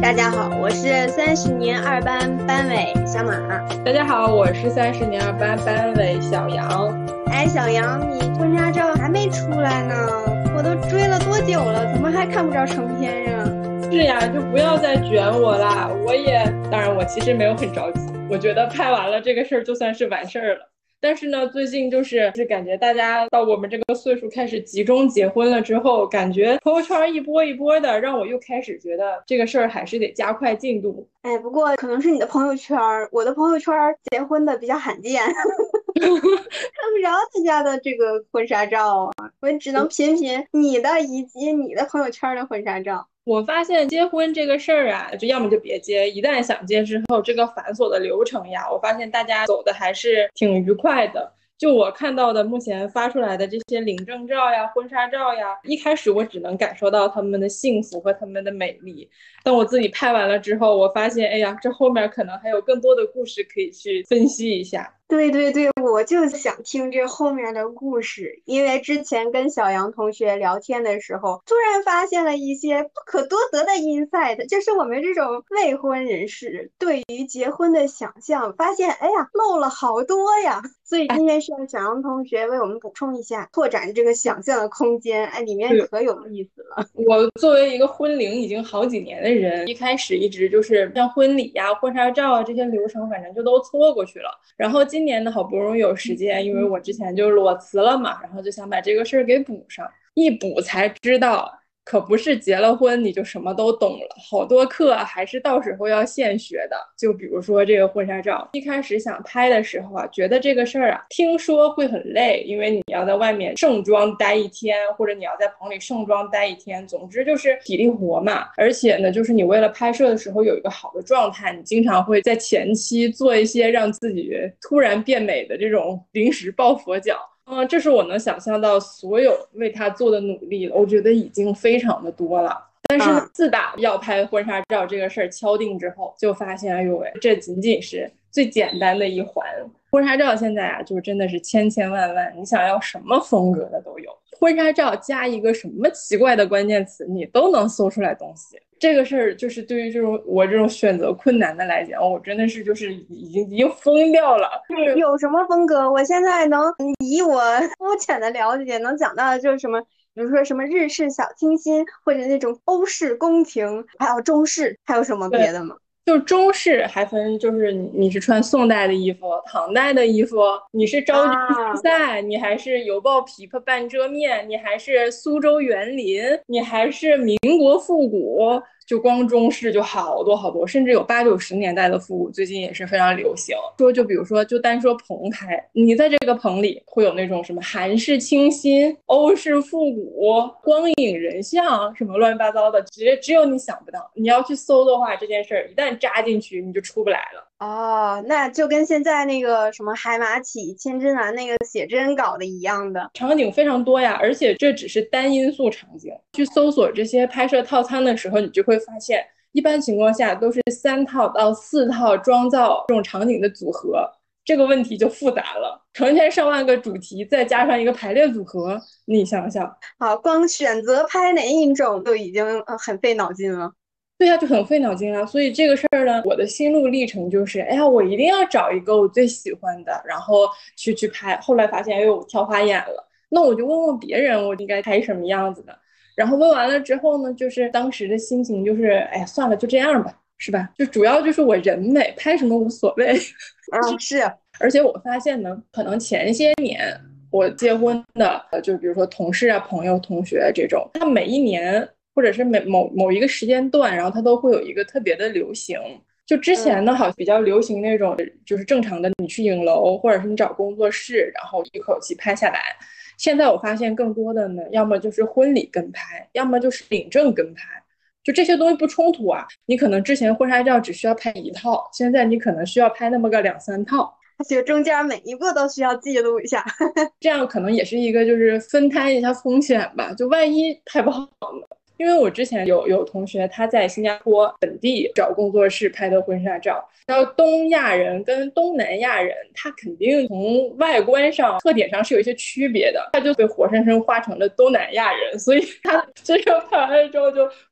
大家好，我是30年二班班委小马。 大家好，我是30年二班班委小杨。 哎，小杨，你婚纱照还没出来呢，我都追了多久了，怎么还看不着成片呀？ 是呀，就不要再卷我啦。当然我其实没有很着急，我觉得拍完了这个事儿就算是完事儿了。但是呢，最近就是感觉大家到我们这个岁数开始集中结婚了之后，感觉朋友圈一波一波的，让我又开始觉得这个事儿还是得加快进度。 哎，不过可能是你的朋友圈，我的朋友圈结婚的比较罕见，看不着大家的这个婚纱照啊，我只能品品你的以及你的朋友圈的婚纱照。 我发现结婚这个事儿啊，就要么就别结，一旦想结之后，这个繁琐的流程呀，我发现大家走的还是挺愉快的。就我看到的目前发出来的这些领证照呀、婚纱照呀，一开始我只能感受到他们的幸福和他们的美丽，当我自己拍完了之后，我发现，哎呀，这后面可能还有更多的故事可以去分析一下。 对对对，我就想听这后面的故事，因为之前跟小杨同学聊天的时候，突然发现了一些不可多得的 insight，就是我们这种未婚人士对于结婚的想象，发现哎呀漏了好多呀，所以今天需要小杨同学为我们补充一下，拓展这个想象的空间，哎，里面可有意思了。 我作为一个婚龄已经好几年的人，一开始一直就是像婚礼呀、婚纱照啊这些流程，反正就都错过去了。然后今年呢，好不容易有时间，因为我之前就裸辞了嘛，然后就想把这个事儿给补上。一补才知道，可不是结了婚你就什么都懂了，好多课还是到时候要现学的。就比如说这个婚纱照，一开始想拍的时候啊，觉得这个事儿啊，听说会很累，因为你要在外面盛装待一天，或者你要在棚里盛装待一天，总之就是体力活嘛。而且呢，就是你为了拍摄的时候有一个好的状态，你经常会在前期做一些让自己突然变美的这种临时抱佛脚。这是我能想象到所有为他做的努力了，我觉得已经非常的多了。但是呢，自打要拍婚纱照这个事儿敲定之后，就发现，哎呦喂，这仅仅是最简单的一环。婚纱照现在啊，就真的是千千万万，你想要什么风格的都有。婚纱照加一个什么奇怪的关键词，你都能搜出来东西。这个事儿就是对于我这种选择困难的来讲，我真的是就是已经疯掉了。 有什么风格？我现在能以我肤浅的了解，能讲到的就是什么，比如说什么日式小清新，或者那种欧式宫廷，还有中式，还有什么别的吗？ 就中式还分，就是你是穿宋代的衣服、唐代的衣服，你是昭君出塞，你还是犹抱琵琶半遮面，你还是苏州园林，你还是民国复古，就光中式就好多好多，甚至有80、90年代的复古，最近也是非常流行。就比如说，就单说棚拍，你在这个棚里会有那种什么韩式清新、欧式复古、光影人像，什么乱七八糟的，只有你想不到。你要去搜的话，这件事儿一旦扎进去，你就出不来了。 哦，那就跟现在那个什么海马体、千真兰那个写真搞的一样的， 场景非常多呀，而且这只是单因素场景。去搜索这些拍摄套餐的时候，你就会发现，一般情况下都是3套到4套妆造这种场景的组合，这个问题就复杂了。成千上万个主题，再加上一个排列组合，你想想， 好，光选择拍哪一种就已经很费脑筋了。 对呀，就很费脑筋了。所以这个事儿呢，我的心路历程就是，哎呀，我一定要找一个我最喜欢的，然后去拍。后来发现，哎呦，我挑花眼了。那我就问问别人，我应该拍什么样子的。然后问完了之后呢，就是当时的心情就是，哎呀，算了，就这样吧，是吧？就主要就是我人美，拍什么无所谓。 是。 而且我发现呢，可能前些年我结婚的，就比如说同事啊、朋友、同学这种，他每一年或者是某一个时间段，然后它都会有一个特别的流行。就之前呢，好像比较流行那种，就是正常的你去影楼，或者是你找工作室，然后一口气拍下来。现在我发现更多的呢，要么就是婚礼跟拍，要么就是领证跟拍。就这些东西不冲突啊，你可能之前婚纱照只需要拍1套，现在你可能需要拍那么个2、3套。 就中间每一步都需要记录一下， 这样可能也是一个就是分摊一下风险吧，就万一拍不好呢。因为我之前有同学他在新加坡本地找工作室拍的婚纱照，然后东亚人跟东南亚人，他肯定从外观上特点上是有一些区别的，他就被活生生画成了东南亚人，所以他这个拍完了之后就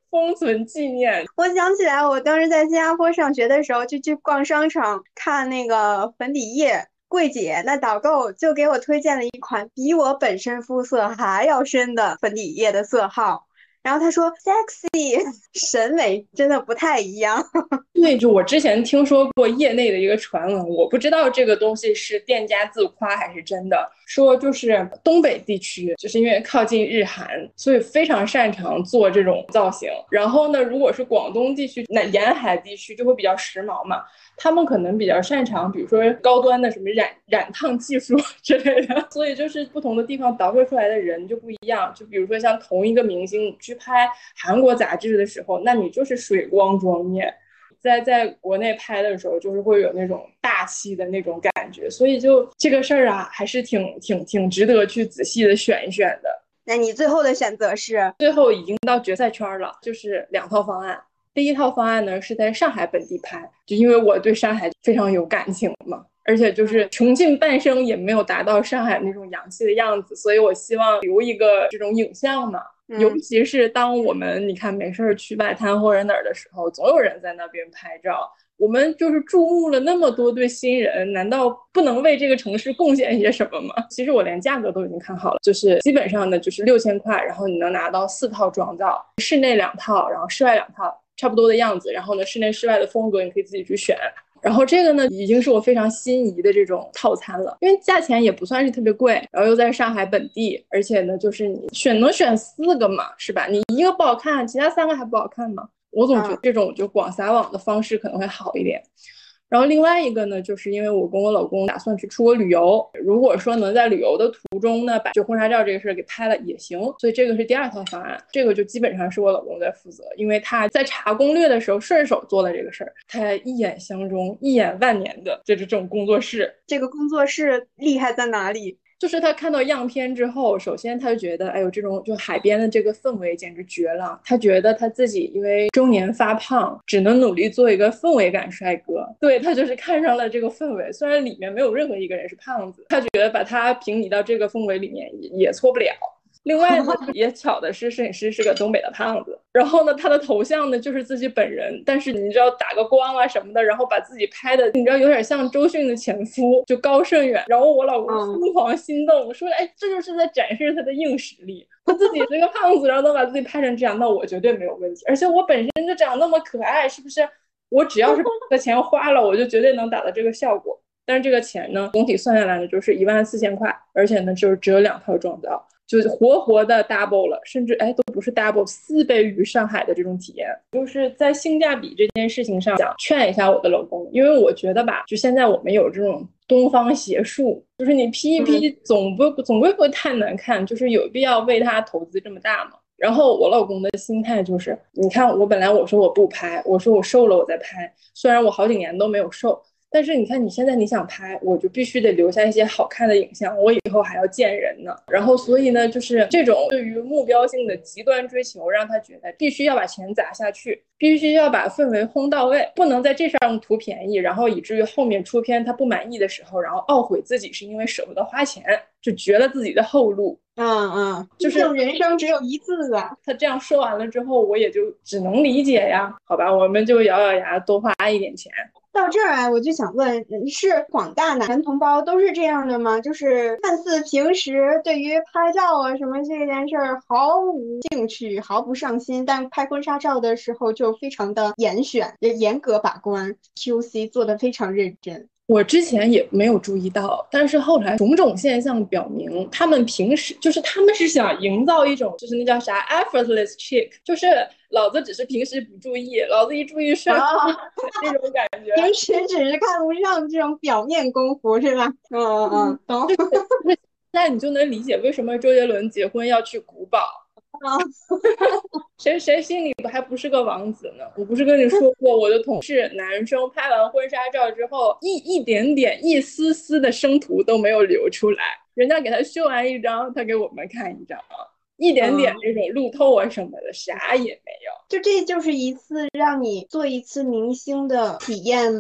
封存纪念。 我想起来，我当时在新加坡上学的时候，就去逛商场看那个粉底液，柜姐那导购就给我推荐了一款比我本身肤色还要深的粉底液的色号，然后他说 sexy， 审美真的不太一样。 对，就我之前听说过业内的一个传闻，我不知道这个东西是店家自夸还是真的，说就是东北地区就是因为靠近日韩，所以非常擅长做这种造型。然后呢，如果是广东地区、那沿海地区就会比较时髦嘛，他们可能比较擅长，比如说高端的什么染烫技术之类的。所以就是不同的地方导射出来的人就不一样。就比如说像同一个明星去拍韩国杂志的时候，那你就是水光妆艳。在国内拍的时候，就是会有那种大气的那种感觉，所以就这个事儿啊，还是挺值得去仔细的选一选的。 那你最后的选择是？ 最后已经到决赛圈了，就是2套方案。第一套方案呢是在上海本地拍，就因为我对上海非常有感情嘛，而且就是穷尽半生也没有达到上海那种洋气的样子，所以我希望留一个这种影像嘛。尤其是当我们你看没事去外滩或者哪儿的时候，总有人在那边拍照。我们就是注目了那么多对新人，难道不能为这个城市贡献一些什么吗？其实我连价格都已经看好了，就是基本上呢就是6000块，然后你能拿到4套妆造，室内2套，然后室外2套，差不多的样子。然后呢，室内室外的风格你可以自己去选。然后这个呢，已经是我非常心仪的这种套餐了，因为价钱也不算是特别贵，然后又在上海本地，而且呢，就是你能选4个嘛，是吧？你一个不好看，其他3个还不好看吗？我总觉得这种就广撒网的方式可能会好一点。然后另外一个呢，就是因为我跟我老公打算去出国旅游，如果说能在旅游的途中呢，把就婚纱照这个事给拍了也行，所以这个是第2套方案。这个就基本上是我老公在负责，因为他在查攻略的时候顺手做了这个事儿，他一眼相中，一眼万年的就是这种工作室。 这个工作室厉害在哪里？ 就是他看到样片之后，首先他就觉得，哎呦，这种就海边的这个氛围简直绝了。他觉得他自己因为中年发胖，只能努力做一个氛围感帅哥。对，他就是看上了这个氛围，虽然里面没有任何一个人是胖子，他觉得把他平移到这个氛围里面也错不了。另外呢，也巧的是摄影师是个东北的胖子，然后呢，他的头像呢就是自己本人，但是你知道打个光啊什么的，然后把自己拍的，你知道有点像周迅的前夫，就高胜远。然后我老公疯狂心动，说，哎，这就是在展示他的硬实力。他自己是个胖子，然后能把自己拍成这样，那我绝对没有问题。而且我本身就长那么可爱，是不是？我只要是把这个钱花了，我就绝对能达到这个效果。但是这个钱呢，总体算下来呢，就是14000块，而且呢，就是只有2套妆造。就是活活的 double 了，甚至都不是 double， 4倍于上海的这种体验。就是在性价比这件事情上，想劝一下我的老公，因为我觉得吧，就现在我们有这种东方邪术，就是你 P 一 P 总归不会太难看，就是有必要为他投资这么大吗？然后我老公的心态就是，你看我本来我说我不拍，我说我瘦了我再拍，虽然我好几年都没有瘦。但是你看，你现在你想拍，我就必须得留下一些好看的影像，我以后还要见人呢。然后，所以呢，就是这种对于目标性的极端追求，让他觉得必须要把钱砸下去，必须要把氛围烘到位，不能在这上图便宜，然后以至于后面出片他不满意的时候，然后懊悔自己是因为舍不得花钱，就绝了自己的后路。 就是人生只有一次啊。 他这样说完了之后，我也就只能理解呀。好吧，我们就咬咬牙多花一点钱。 到这儿啊，我就想问，是广大男同胞都是这样的吗？就是看似平时对于拍照啊什么这件事儿毫无兴趣、毫不上心，但拍婚纱照的时候就非常的严选、严格把关 ，QC 做得非常认真。 我之前也没有注意到，但是后来种种现象表明，他们平时就是他们是想营造一种就是那叫啥 effortless chick， 就是老子只是平时不注意，老子一注意帅这种感觉。 平时只是看不上这种表面功夫是吧？懂。 那你就能理解为什么周杰伦结婚要去古堡。谁心里还不是个王子呢？我不是跟你说过，我的同事男生拍完婚纱照之后，一点点、一丝丝的生图都没有流出来，人家给他修完一张，他给我们看一张，一点点这种路透啊什么的，啥也没有。 就这就是一次让你做一次明星的体验吗？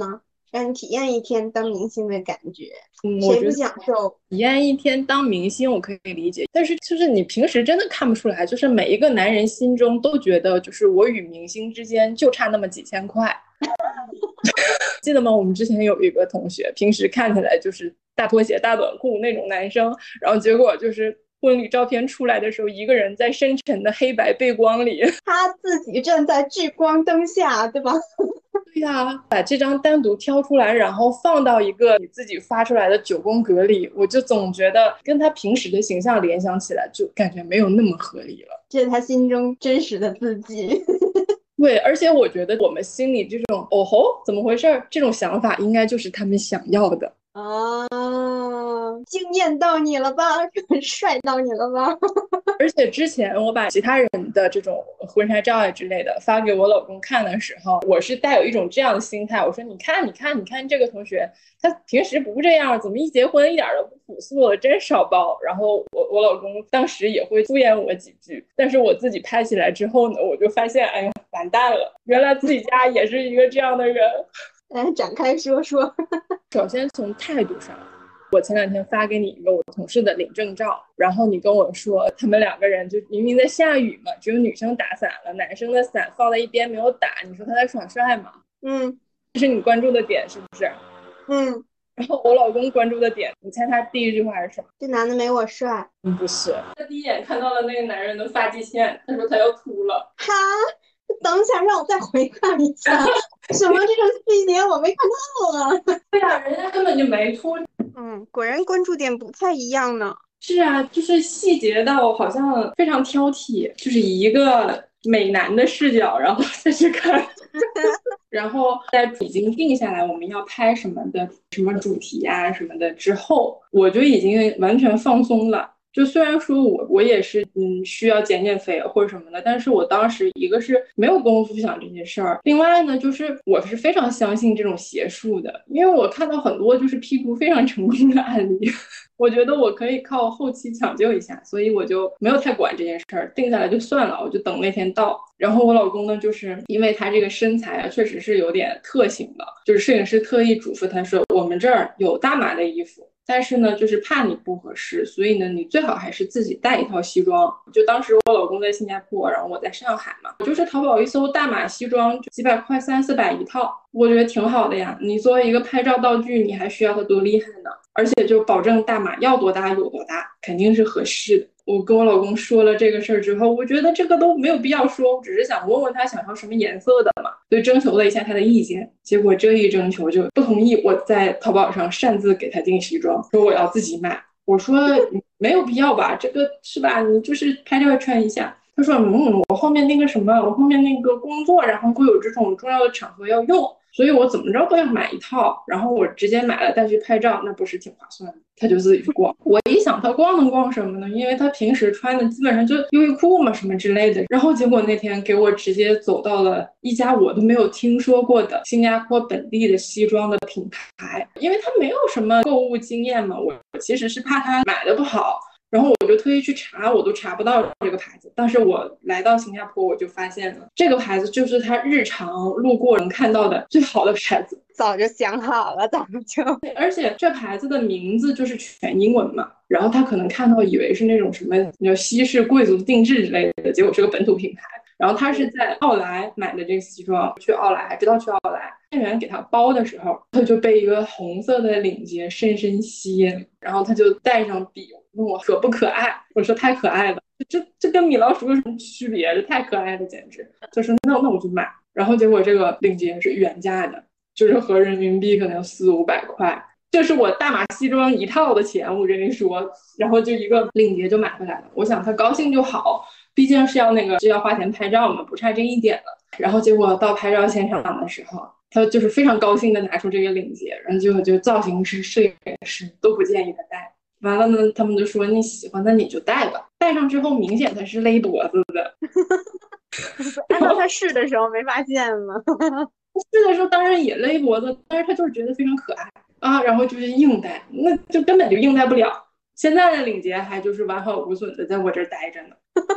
让你体验一天当明星的感觉， 我觉得谁不享受？ 体验一天当明星我可以理解，但是就是你平时真的看不出来，就是每一个男人心中都觉得就是我与明星之间就差那么几千块。记得吗？我们之前有一个同学，平时看起来就是大拖鞋、大短裤那种男生，然后结果就是婚礼照片出来的时候，一个人在深沉的黑白背光里。 他自己站在聚光灯下，对吧？ 对呀，把这张单独挑出来，然后放到一个你自己发出来的9宫格里，我就总觉得跟他平时的形象联想起来，就感觉没有那么合理了。 这是他心中真实的自己。 对，而且我觉得我们心里这种“哦吼，怎么回事”这种想法，应该就是他们想要的。 啊，惊艳到你了吧？帅到你了吧？ 而且之前我把其他人的这种婚纱照啊之类的发给我老公看的时候，我是带有一种这样的心态，我说你看你看你看这个同学，他平时不这样，怎么一结婚一点都不朴素了，真少包。然后我老公当时也会敷衍我几句，但是我自己拍起来之后呢，我就发现，哎呀，完蛋了，原来自己家也是一个这样的人。 来展开说说。 首先从态度上，我前2天发给你一个我同事的领证照，然后你跟我说他们2个人就明明在下雨嘛，只有女生打伞了，男生的伞放在一边没有打，你说他在耍帅吗？这是你关注的点是不是？然后我老公关注的点，你猜他第一句话是什么？ 这男的没我帅。 不是，他第一眼看到了那个男人的发际线，他说他要秃了。 哈，等一下，让我再回看一下，什么这种细节我没看到啊？ 对呀，人家根本就没秃。 果然关注点不太一样呢。 是啊，就是细节到好像非常挑剔，就是以一个美男的视角，然后再去看。然后在已经定下来我们要拍什么的什么主题啊什么的之后，我就已经完全放松了。就虽然说我也是需要减肥或者什么的，但是我当时一个是没有功夫想这些事儿，另外呢就是我是非常相信这种邪术的，因为我看到很多就是 P 图非常成功的案例。我觉得我可以靠后期抢救一下，所以我就没有太管这件事儿，定下来就算了，我就等那天到。然后我老公呢，就是因为他这个身材啊，确实是有点特型的，就是摄影师特意嘱咐他说，我们这儿有大码的衣服，但是呢，就是怕你不合适，所以呢，你最好还是自己带一套西装。就当时我老公在新加坡，然后我在上海嘛，就是淘宝一搜大码西装，就几百块300-400一套，我觉得挺好的呀。你作为一个拍照道具，你还需要它多厉害呢？而且就保证大码要多大有多大，肯定是合适的。我跟我老公说了这个事儿之后，我觉得这个都没有必要说，我只是想问问他想要什么颜色的嘛，所以征求了一下他的意见。结果这一征求就不同意我在淘宝上擅自给他订西装，说我要自己买。我说没有必要吧，这个是吧？你就是拍照穿一下。他说我后面那个什么，我后面那个工作，然后会有这种重要的场合要用，所以我怎么着都要买一套，然后我直接买了带去拍照，那不是挺划算的？他就自己去逛。我一想他逛能逛什么呢？因为他平时穿的基本上就优衣库嘛什么之类的。然后结果那天给我直接走到了一家我都没有听说过的新加坡本地的西装的品牌，因为他没有什么购物经验嘛，我其实是怕他买的不好。然后我就特意去查，我都查不到这个牌子。但是我来到新加坡，我就发现了这个牌子就是他日常路过能看到的最好的牌子。 早就想好了，早就。 而且这牌子的名字就是全英文嘛，然后他可能看到以为是那种什么西式贵族定制之类的，结果是个本土品牌。然后他是在奥莱买的这个西装，去奥莱还知道去奥莱，店员给他包的时候，他就被一个红色的领结深深吸引，然后他就带上笔问我可不可爱，我说太可爱了，这跟米老鼠有什么区别？这太可爱了，简直。他说那我就买，然后结果这个领结是原价的，就是合人民币可能400-500块，这是我大码西装一套的钱，我跟你说，然后就一个领结就买回来了。我想他高兴就好，毕竟是要花钱拍照嘛，不差这一点了。然后结果到拍照现场的时候，他就是非常高兴的拿出这个领结，然后就造型师、摄影师都不建议他戴。完了呢，他们就说你喜欢那你就戴吧。戴上之后明显他是勒脖子的。 按照他试的时候没发现吗？ 试的时候当然也勒脖子，但是他就是觉得非常可爱啊，然后就是硬戴，那就根本就硬戴不了。现在的领结还就是完好无损的在我这儿待着呢。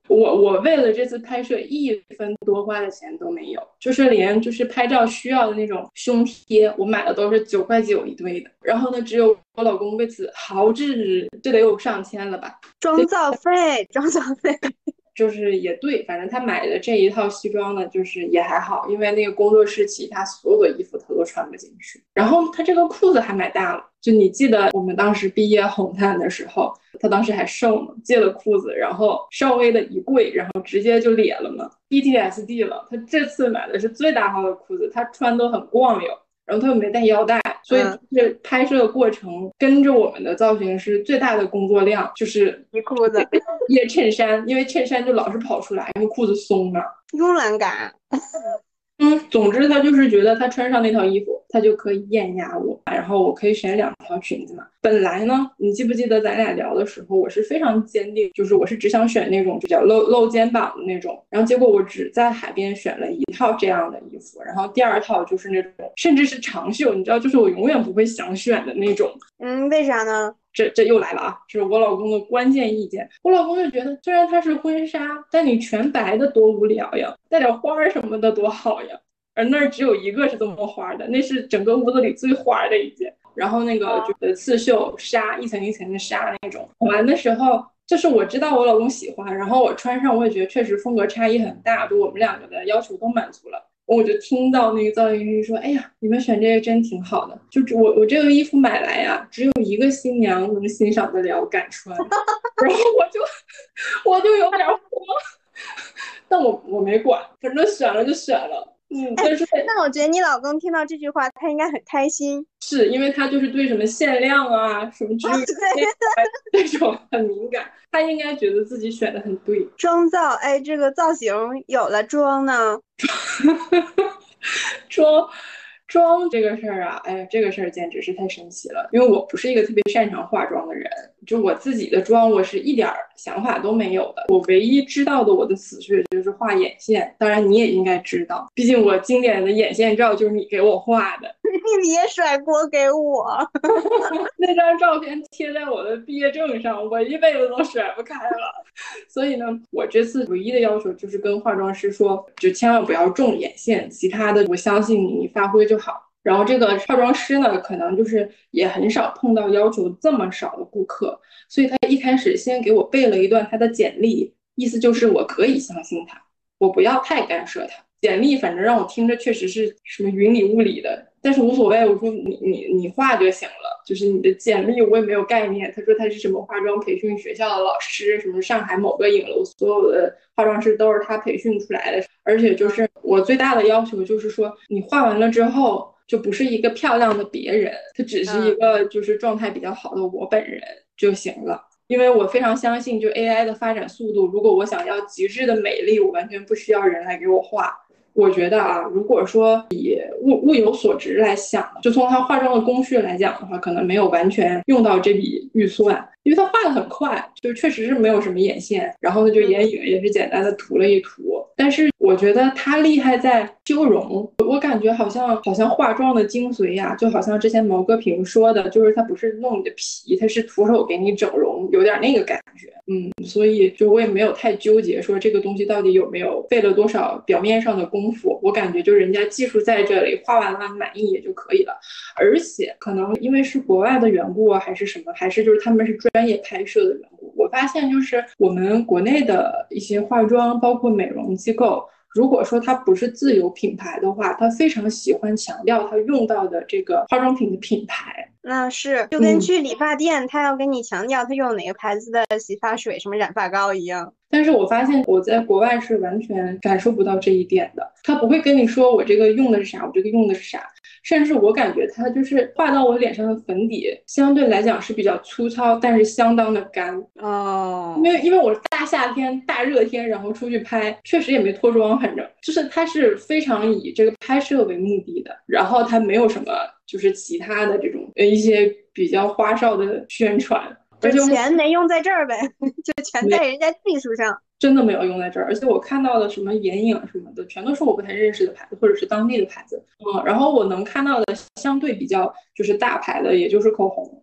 我为了这次拍摄1分多花的钱都没有，就是连就是拍照需要的那种胸贴，我买的都是9.9块一对的。然后呢，只有我老公为此豪掷，这得有上千了吧？ 妆造费，妆造费。 就是也对，反正他买的这一套西装呢，就是也还好，因为那个工作室其他所有的衣服他都穿不进去。然后他这个裤子还买大了，就你记得我们当时毕业红毯的时候，他当时还瘦呢，借了裤子，然后稍微的一跪，然后直接就裂了嘛 ，PTSD 了。他这次买的是最大号的裤子，他穿都很光溜。然后他又没带腰带，所以就是拍摄过程跟着我们的造型师最大的工作量就是一裤子掖衬衫，因为衬衫就老是跑出来，因为裤子松了， 慵懒感。 总之他就是觉得他穿上那套衣服，他就可以艳压我，然后我可以选2条裙子嘛。本来呢，你记不记得咱俩聊的时候，我是非常坚定，就是我是只想选那种比较露肩膀的那种，然后结果我只在海边选了1套这样的衣服，然后第2套就是那种甚至是长袖，你知道，就是我永远不会想选的那种。 为啥呢？ 这又来了啊！这是我老公的关键意见。我老公就觉得，虽然它是婚纱，但你全白的多无聊呀，带点花什么的多好呀。而那儿只有一个是这么花的，那是整个屋子里最花的一件。然后那个就是刺绣纱，一层一层的纱那种。完的时候，就是我知道我老公喜欢，然后我穿上，我也觉得确实风格差异很大，就我们2个的要求都满足了。我就听到那个造型师说：“哎呀，你们选这个真挺好的。就我这个衣服买来呀，只有一个新娘能欣赏得了，敢穿。”然后我就有点慌，但我没管，反正选了就选了。但是那我觉得你老公听到这句话，他应该很开心， 是因为他就是对什么限量啊、什么只有那种很敏感，他应该觉得自己选的很对。 妆造，哎，这个造型有了，妆呢？ 妆这个事儿啊，哎呀，这个事儿简直是太神奇了。因为我不是一个特别擅长化妆的人，就我自己的妆，我是一点想法都没有的。我唯一知道的我的死穴就是画眼线，当然你也应该知道，毕竟我经典的眼线照就是你给我画的。 你别甩锅给我。 那张照片贴在我的毕业证上，我一辈子都甩不开了。所以呢，我这次唯一的要求就是跟化妆师说，就千万不要重眼线，其他的我相信你发挥就好。然后这个化妆师呢，可能就是也很少碰到要求这么少的顾客，所以他一开始先给我背了一段他的简历，意思就是我可以相信他，我不要太干涉他。简历反正让我听着确实是什么云里雾里的，但是无所谓，我说你画就行了，就是你的简历我也没有概念。他说他是什么化妆培训学校的老师，什么上海某个影楼所有的化妆师都是他培训出来的，而且就是我最大的要求就是说，你画完了之后就不是一个漂亮的别人，他只是一个就是状态比较好的我本人就行了。因为我非常相信，就 AI 的发展速度，如果我想要极致的美丽，我完全不需要人来给我画。我觉得啊，如果说以物有所值来想，就从他化妆的工序来讲的话，可能没有完全用到这笔预算，因为他画的很快，就确实是没有什么眼线，然后呢就眼影也是简单的涂了一涂。但是我觉得他厉害在修容，我感觉好像化妆的精髓呀，就好像之前毛戈平说的，就是他不是弄你的皮，他是徒手给你整容，有点那个感觉。所以就我也没有太纠结说这个东西到底有没有费了多少表面上的功夫，我感觉就人家技术在这里，画完了满意也就可以了。而且可能因为是国外的缘故啊，还是什么，还是就是他们是专业拍摄的缘故，我发现就是我们国内的一些化妆包括美容机构，如果说它不是自有品牌的话，它非常喜欢强调它用到的这个化妆品的品牌。 那是就跟去理发店，他要跟你强调他用哪个牌子的洗发水、什么染发膏一样。 但是我发现我在国外是完全感受不到这一点的，他不会跟你说我这个用的是啥，我这个用的是啥，甚至我感觉他就是画到我脸上的粉底相对来讲是比较粗糙，但是相当的干哦。 因为我大夏天大热天然后出去拍，确实也没脱妆，反正就是他是非常以这个拍摄为目的的，然后他没有什么就是其他的这种一些比较花哨的宣传， 就钱没用在这儿呗，就全在人家技术上， 真的没有用在这儿。而且我看到的什么眼影什么的，全都是我不太认识的牌子，或者是当地的牌子。然后我能看到的相对比较就是大牌的，也就是口红。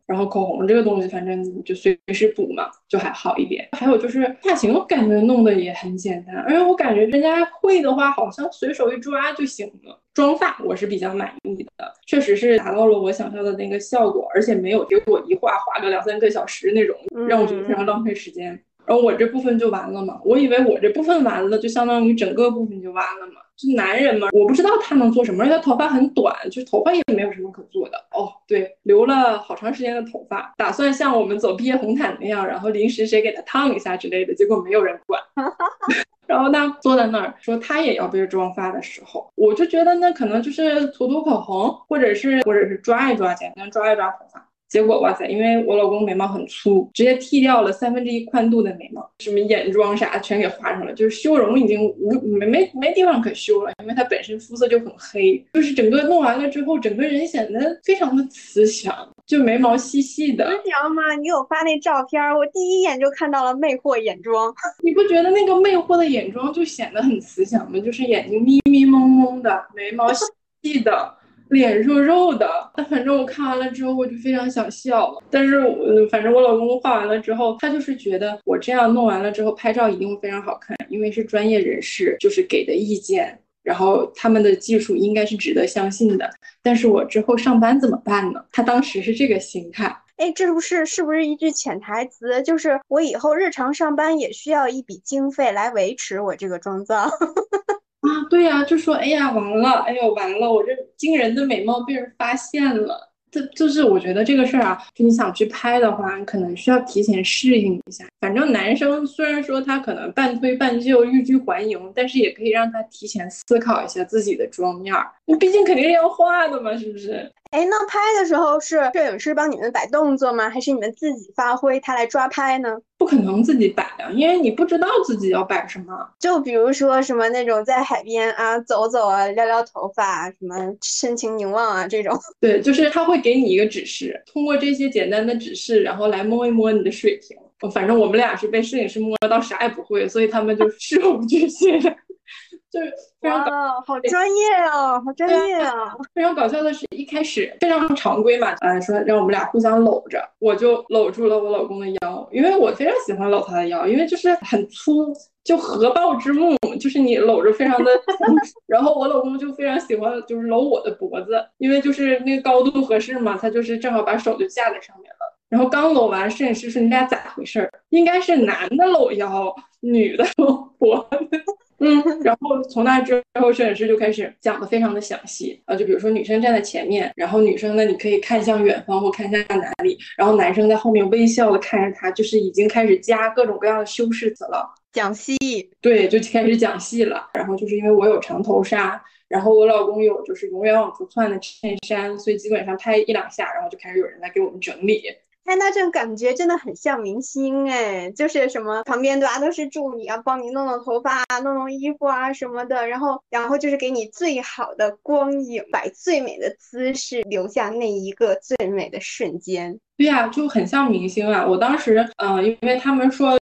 然后口红这个东西反正你就随时补嘛，就还好一点。还有就是发型我感觉弄得也很简单，而且我感觉人家会的话好像随手一抓就行了。妆发我是比较满意的，确实是达到了我想要的那个效果，而且没有给我一画个2-3个小时那种，让我觉得非常浪费时间。然后我这部分就完了嘛，我以为我这部分完了就相当于整个部分就完了嘛。就男人嘛，我不知道他能做什么，而且他头发很短，就是头发也没有什么可做的。哦，对，留了好长时间的头发，打算像我们走毕业红毯那样，然后临时谁给他烫一下之类的，结果没有人管。然后他坐在那儿说他也要被妆发的时候，我就觉得那可能就是涂口红，或者是抓一抓，简单抓一抓头发。结果哇塞，因为我老公眉毛很粗，直接剃掉了1/3宽度的眉毛，什么眼妆啥全给画上了，就是修容已经没地方可修了，因为他本身肤色就很黑，就是整个弄完了之后，整个人显得非常的慈祥，就眉毛细细的。 你知道吗？你有发那照片，我第一眼就看到了魅惑眼妆。 你不觉得那个魅惑的眼妆就显得很慈祥吗？就是眼睛咪咪蒙蒙的，眉毛细细的。脸肉肉的，反正我看完了之后我就非常想笑，但是反正我老公画完了之后，他就是觉得我这样弄完了之后拍照一定会非常好看，因为是专业人士就是给的意见，然后他们的技术应该是值得相信的，但是我之后上班怎么办呢？他当时是这个心态。 哎，这是不是一句潜台词？就是我以后日常上班也需要一笔经费来维持我这个妆造。 啊，对呀，就说哎呀完了，哎呦完了，我这惊人的美貌被人发现了。这就是我觉得这个事儿啊，就你想去拍的话，可能需要提前适应一下。反正男生虽然说他可能半推半就、欲拒还迎，但是也可以让他提前思考一下自己的妆面儿。你毕竟肯定是要画的嘛，是不是？ 哎，那拍的时候是摄影师帮你们摆动作吗？还是你们自己发挥，他来抓拍呢？ 不可能自己摆啊，因为你不知道自己要摆什么。 就比如说什么那种在海边啊走走啊、撩撩头发啊、什么深情凝望啊这种。 对，就是他会给你一个指示，通过这些简单的指示，然后来摸一摸你的水平。反正我们俩是被摄影师摸到啥也不会，所以他们就事无巨细的。就是非常哇，好专业啊，好专业啊！ 非常搞笑的是，一开始非常常规嘛，说让我们俩互相搂着，我就搂住了我老公的腰，因为我非常喜欢搂他的腰，因为就是很粗，就合抱之木，就是你搂着非常的然后我老公就非常喜欢就是搂我的脖子，因为就是那个高度合适嘛，他就是正好把手就架在上面了。然后刚搂完，摄影师说你俩咋回事？应该是男的搂腰，女的搂脖子。然后从那之后，摄影师就开始讲的非常的详细啊，就比如说女生站在前面，然后女生呢，你可以看向远方或看向哪里，然后男生在后面微笑的看着她，就是已经开始加各种各样的修饰词了， 讲戏。 对，就开始讲戏了。然后就是因为我有长头纱，然后我老公有就是永远往出窜的衬衫，所以基本上拍1-2下，然后就开始有人来给我们整理。 哎，那这种感觉真的很像明星哎，就是什么旁边对吧，都是助理啊，帮你弄弄头发啊、弄弄衣服啊什么的，然后就是给你最好的光影，摆最美的姿势，留下那一个最美的瞬间。 对呀，就很像明星啊！我当时，因为他们说。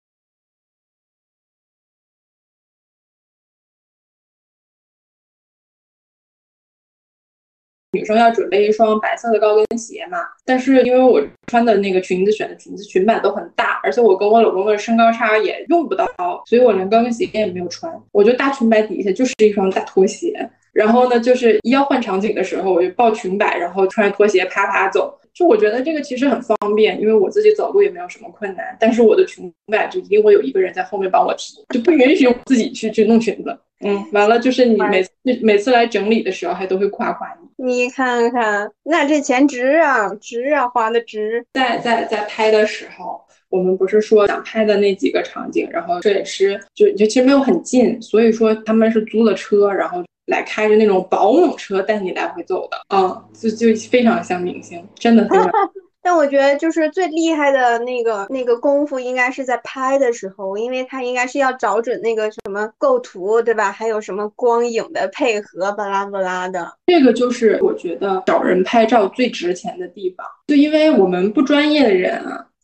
女生要准备一双白色的高跟鞋嘛，但是因为我穿的那个裙子选的裙子裙摆都很大，而且我跟我老公的身高差也用不到，所以我连高跟鞋也没有穿，我就大裙摆底下就是一双大拖鞋。然后呢，就是一要换场景的时候，我就抱裙摆，然后穿拖鞋啪啪走。就我觉得这个其实很方便，因为我自己走路也没有什么困难，但是我的裙摆就一定会有一个人在后面帮我提，就不允许我自己去弄裙子。完了就是你每次来整理的时候还都会夸夸你。 你看看，那这钱值啊，值啊，花的值。 在拍的时候，我们不是说想拍的那几个场景，然后摄影师就其实没有很近，所以说他们是租了车，然后来开着那种保姆车带你来回走的，就非常像明星，真的非常。 但我觉得就是最厉害的那个功夫应该是在拍的时候，因为他应该是要找准那个什么构图，对吧？还有什么光影的配合，巴拉巴拉的。 这个就是我觉得找人拍照最值钱的地方，就因为我们不专业的人啊，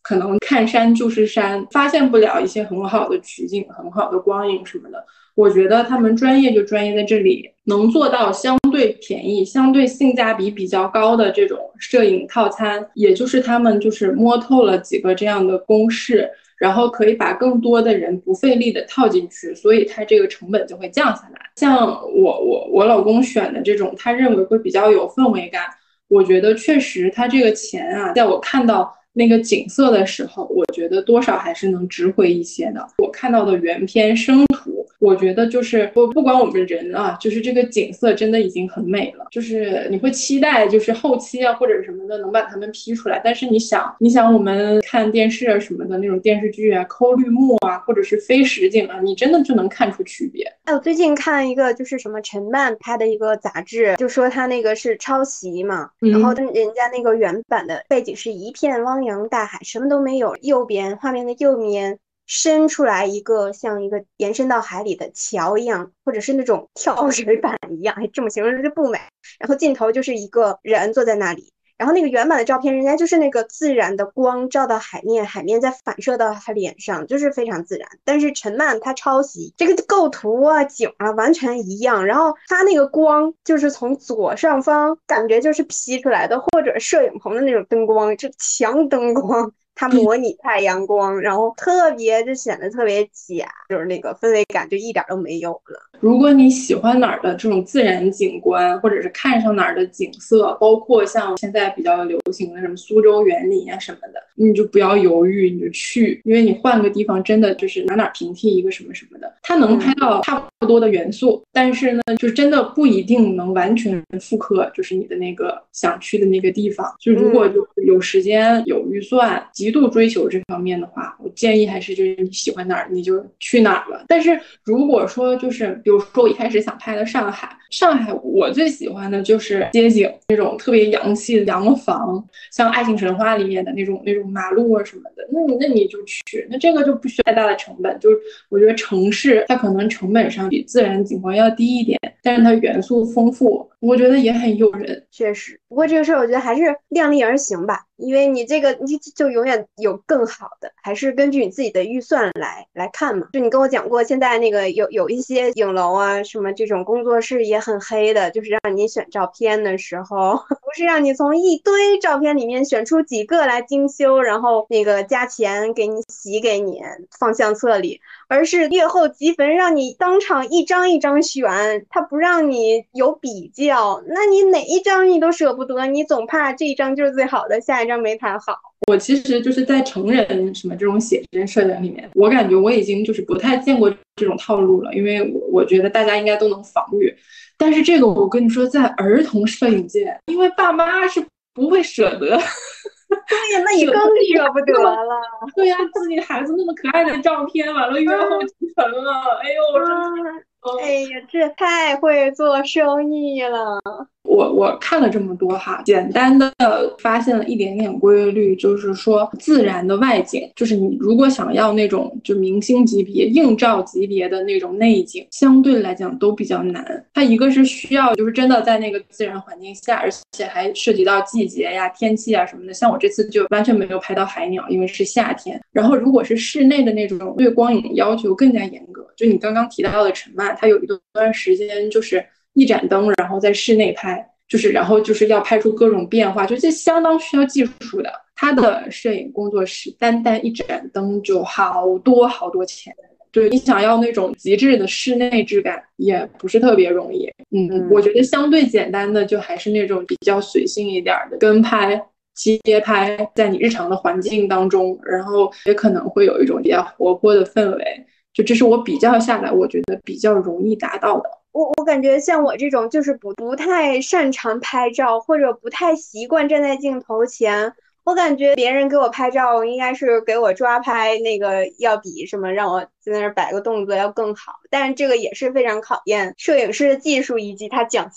可能看山就是山，发现不了一些很好的取景、很好的光影什么的。我觉得他们专业就专业在这里，能做到相对便宜、相对性价比比较高的这种摄影套餐，也就是他们就是摸透了几个这样的公式，然后可以把更多的人不费力的套进去，所以它这个成本就会降下来。像我老公选的这种，他认为会比较有氛围感，我觉得确实他这个钱啊，在我看到那个景色的时候，我觉得多少还是能值回一些的。我看到的原片生图，我觉得就是不管我们人啊，就是这个景色真的已经很美了，就是你会期待就是后期啊或者什么的能把它们 P 出来，但是你想我们看电视啊什么的那种电视剧啊，抠绿幕啊或者是非实景啊，你真的就能看出区别。 哎，我最近看一个就是什么陈漫拍的一个杂志，就说他那个是抄袭嘛，然后人家那个原版的背景是一片汪洋大海，什么都没有，右边画面的右边伸出来一个像一个延伸到海里的桥一样，或者是那种跳水板一样，这么形容就不美。然后镜头就是一个人坐在那里。然后那个原版的照片，人家就是那个自然的光照到海面，海面再反射到他脸上，就是非常自然。但是陈漫他抄袭这个构图啊、景啊完全一样，然后他那个光就是从左上方感觉就是 P 出来的，或者摄影棚的那种灯光，就强灯光。它模拟太阳光，然后特别就显得特别假，就是那个氛围感就一点都没有了。 如果你喜欢哪儿的这种自然景观，或者是看上哪儿的景色，包括像现在比较流行的什么苏州园林啊什么的，你就不要犹豫，你就去，因为你换个地方真的就是哪平替一个什么什么的，它能拍到差不多的元素，但是呢，就真的不一定能完全复刻，就是你的那个想去的那个地方。就如果有时间有预算，极度追求这方面的话，我建议还是就是你喜欢哪儿你就去哪儿了。但是如果说就是比如说我一开始想拍的上海，我最喜欢的就是街景那种特别洋气的洋房，像《爱情神话》里面的那种马路啊什么的，那你就去，那这个就不需要太大的成本。就是我觉得城市它可能成本上比自然景观要低一点，但是它元素丰富，我觉得也很诱人。 确实，不过这个事儿我觉得还是量力而行吧，因为你这个你就永远有更好的，还是根据你自己的预算来看嘛。就你跟我讲过，现在那个有一些影楼啊，什么这种工作室也很黑的，就是让你选照片的时候，不是让你从一堆照片里面选出几个来精修，然后那个加钱给你洗给你放相册里，而是阅后即焚，让你当场一张一张选，他不让你有比较，那你哪一张你都舍不得，你总怕这一张就是最好的，下一张没谈好。 我其实就是在成人什么这种写真摄影里面，我感觉我已经就是不太见过这种套路了，因为我觉得大家应该都能防御。但是这个我跟你说，在儿童摄影界，因为爸妈是不会舍得。 对呀，那你更舍不得了。 对呀，自己孩子那么可爱的照片，完了阅后即焚了，哎呦，真的。 哎呀，这太会做生意了。 我看了这么多哈，简单的发现了一点点规律，就是说自然的外景，就是你如果想要那种就明星级别、映照级别的那种内景，相对来讲都比较难。它一个是需要就是真的在那个自然环境下，而且还涉及到季节呀、天气啊什么的。像我这次就完全没有拍到海鸟，因为是夏天。然后如果是室内的那种对光影要求更加严格，就你刚刚提到的陈漫，他有一段时间就是一盏灯，然后在室内拍，然后要拍出各种变化，就这相当需要技术的。他的摄影工作室单单一盏灯就好多好多钱，对，你想要那种极致的室内质感也不是特别容易。我觉得相对简单的就还是那种比较随性一点的跟拍、街拍，在你日常的环境当中，然后也可能会有一种比较活泼的氛围。就这是我比较下来，我觉得比较容易达到的。 我感觉像我这种就是不太擅长拍照，或者不太习惯站在镜头前，我感觉别人给我拍照应该是给我抓拍那个要比什么让我在那儿摆个动作要更好，但是这个也是非常考验摄影师的技术以及他讲戏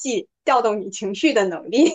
调动你情绪的能力。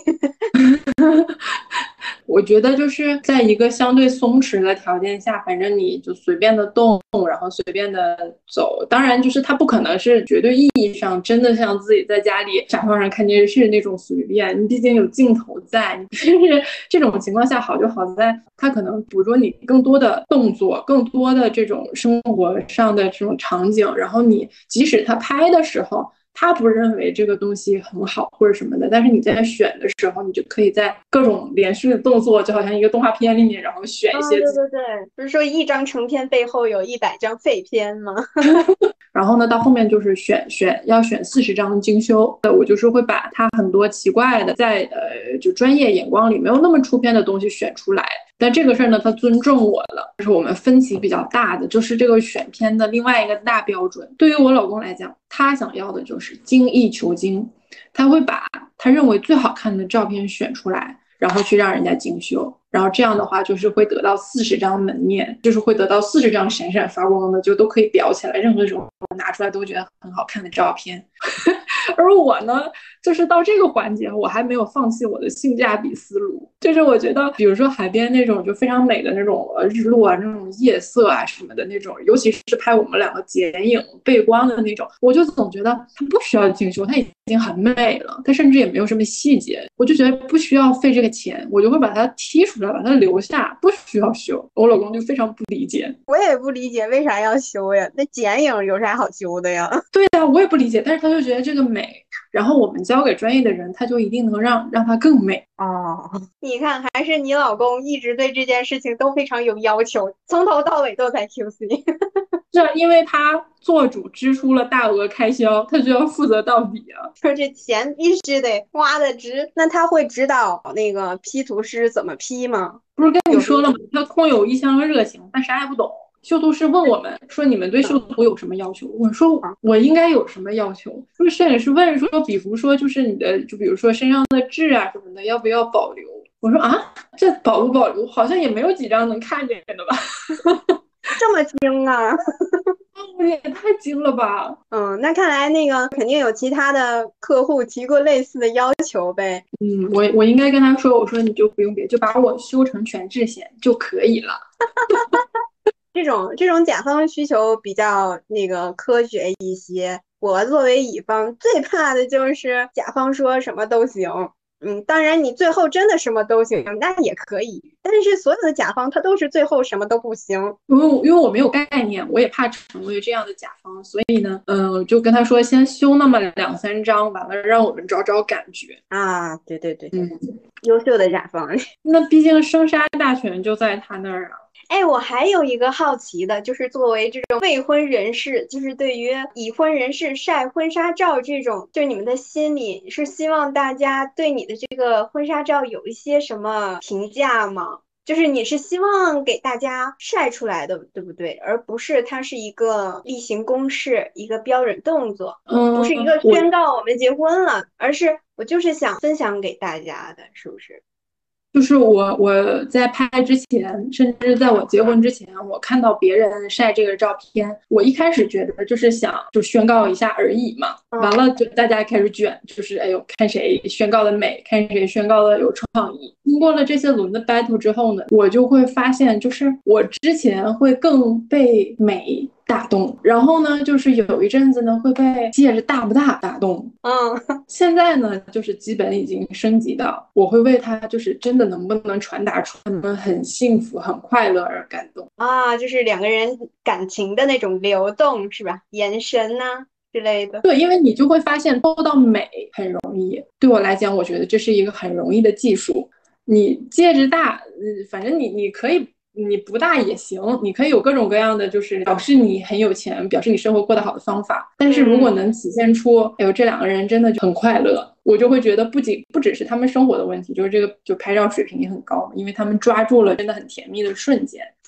我觉得就是在一个相对松弛的条件下，反正你就随便的动，然后随便的走。当然，就是它不可能是绝对意义上真的像自己在家里沙发上看电视那种随便，你毕竟有镜头在。就是这种情况下好就好在它可能捕捉你更多的动作，更多的这种生活上的这种场景，然后你即使他拍的时候他不认为这个东西很好或者什么的，但是你在选的时候，你就可以在各种连续的动作，就好像一个动画片里面，然后选一些。 对对对，不是说一张成片背后有100张废片吗？ 然后呢，到后面就是要选40张精修，我就是会把它很多奇怪的，在就专业眼光里没有那么出片的东西选出来。但这个事儿呢，他尊重我了，就是我们分歧比较大的，就是这个选片的另外一个大标准。对于我老公来讲，他想要的就是精益求精，他会把他认为最好看的照片选出来，然后去让人家精修。然后这样的话，就是会得到40张门面，就是会得到40张闪闪发光的，就都可以裱起来，任何时候拿出来都觉得很好看的照片。而我呢，就是到这个环节，我还没有放弃我的性价比思路。就是我觉得，比如说海边那种就非常美的那种日落啊，那种夜色啊什么的那种，尤其是拍我们两个剪影背光的那种，我就总觉得它不需要精修，它已经很美了，它甚至也没有什么细节，我就觉得不需要费这个钱，我就会把它剔出来，把它留下，不需要修。我老公就非常不理解， 我也不理解为啥要修呀？那剪影有啥好修的呀？ 对呀，我也不理解，但是他就觉得这个美，然后我们交给专业的人，他就一定能让它更美。 哦，你看，还是你老公一直对这件事情都非常有要求，从头到尾都在 QC。 是啊，因为他做主支出了大额开销，他就要负责到底啊。 说这钱必须得花的值，那他会指导那个 P 图师怎么 P 吗？ 不是跟你说了吗？他空有一腔热情，但啥也不懂。修图师问我们说：“你们对修图有什么要求？”我说：“我应该有什么要求？”就是摄影师问说：“比如说，就是你的，就比如说身上的痣啊什么的，要不要保留？”我说：“啊，这保不保留，好像也没有几张能看见的吧？” 这么精啊！ 我也太精了吧！ 那看来那个肯定有其他的客户提过类似的要求呗。 我应该跟他说，我说你就不用别，就把我修成全智贤就可以了。 这种甲方需求比较那个科学一些。我作为乙方最怕的就是甲方说什么都行。当然你最后真的什么都行，那也可以。但是所有的甲方他都是最后什么都不行。 因为我没有概念，我也怕成为这样的甲方，所以呢，就跟他说先修那么2-3张，完了让我们找找感觉啊。对对对，优秀的甲方。 那毕竟生杀大权就在他那儿啊。 哎，我还有一个好奇的，就是作为这种未婚人士，就是对于已婚人士晒婚纱照这种，就你们的心里是希望大家对你的这个婚纱照有一些什么评价吗？就是你是希望给大家晒出来的，对不对？而不是它是一个例行公事，一个标准动作，不是一个宣告我们结婚了，而是我就是想分享给大家的，是不是？ 就是我在拍之前，甚至在我结婚之前，我看到别人晒这个照片，我一开始觉得就是想就宣告一下而已嘛。完了就大家开始卷，就是哎呦看谁宣告的美，看谁宣告的有创意。经过了这些轮的 battle 之后呢，我就会发现，就是我之前会更被美打动，然后呢，就是有一阵子呢会被戒指大不大打动。现在呢，就是基本已经升级到我会为他就是真的能不能传达出他们很幸福、很快乐而感动啊，就是两个人感情的那种流动，是吧？眼神呐之类的。 对，因为你就会发现做到美很容易。对我来讲，我觉得这是一个很容易的技术。你戒指大，反正你可以。你不大也行，你可以有各种各样的，就是表示你很有钱，表示你生活过得好的方法。但是如果能体现出，哎呦，这两个人真的很快乐，我就会觉得不只是他们生活的问题，就是这个就拍照水平也很高，因为他们抓住了真的很甜蜜的瞬间。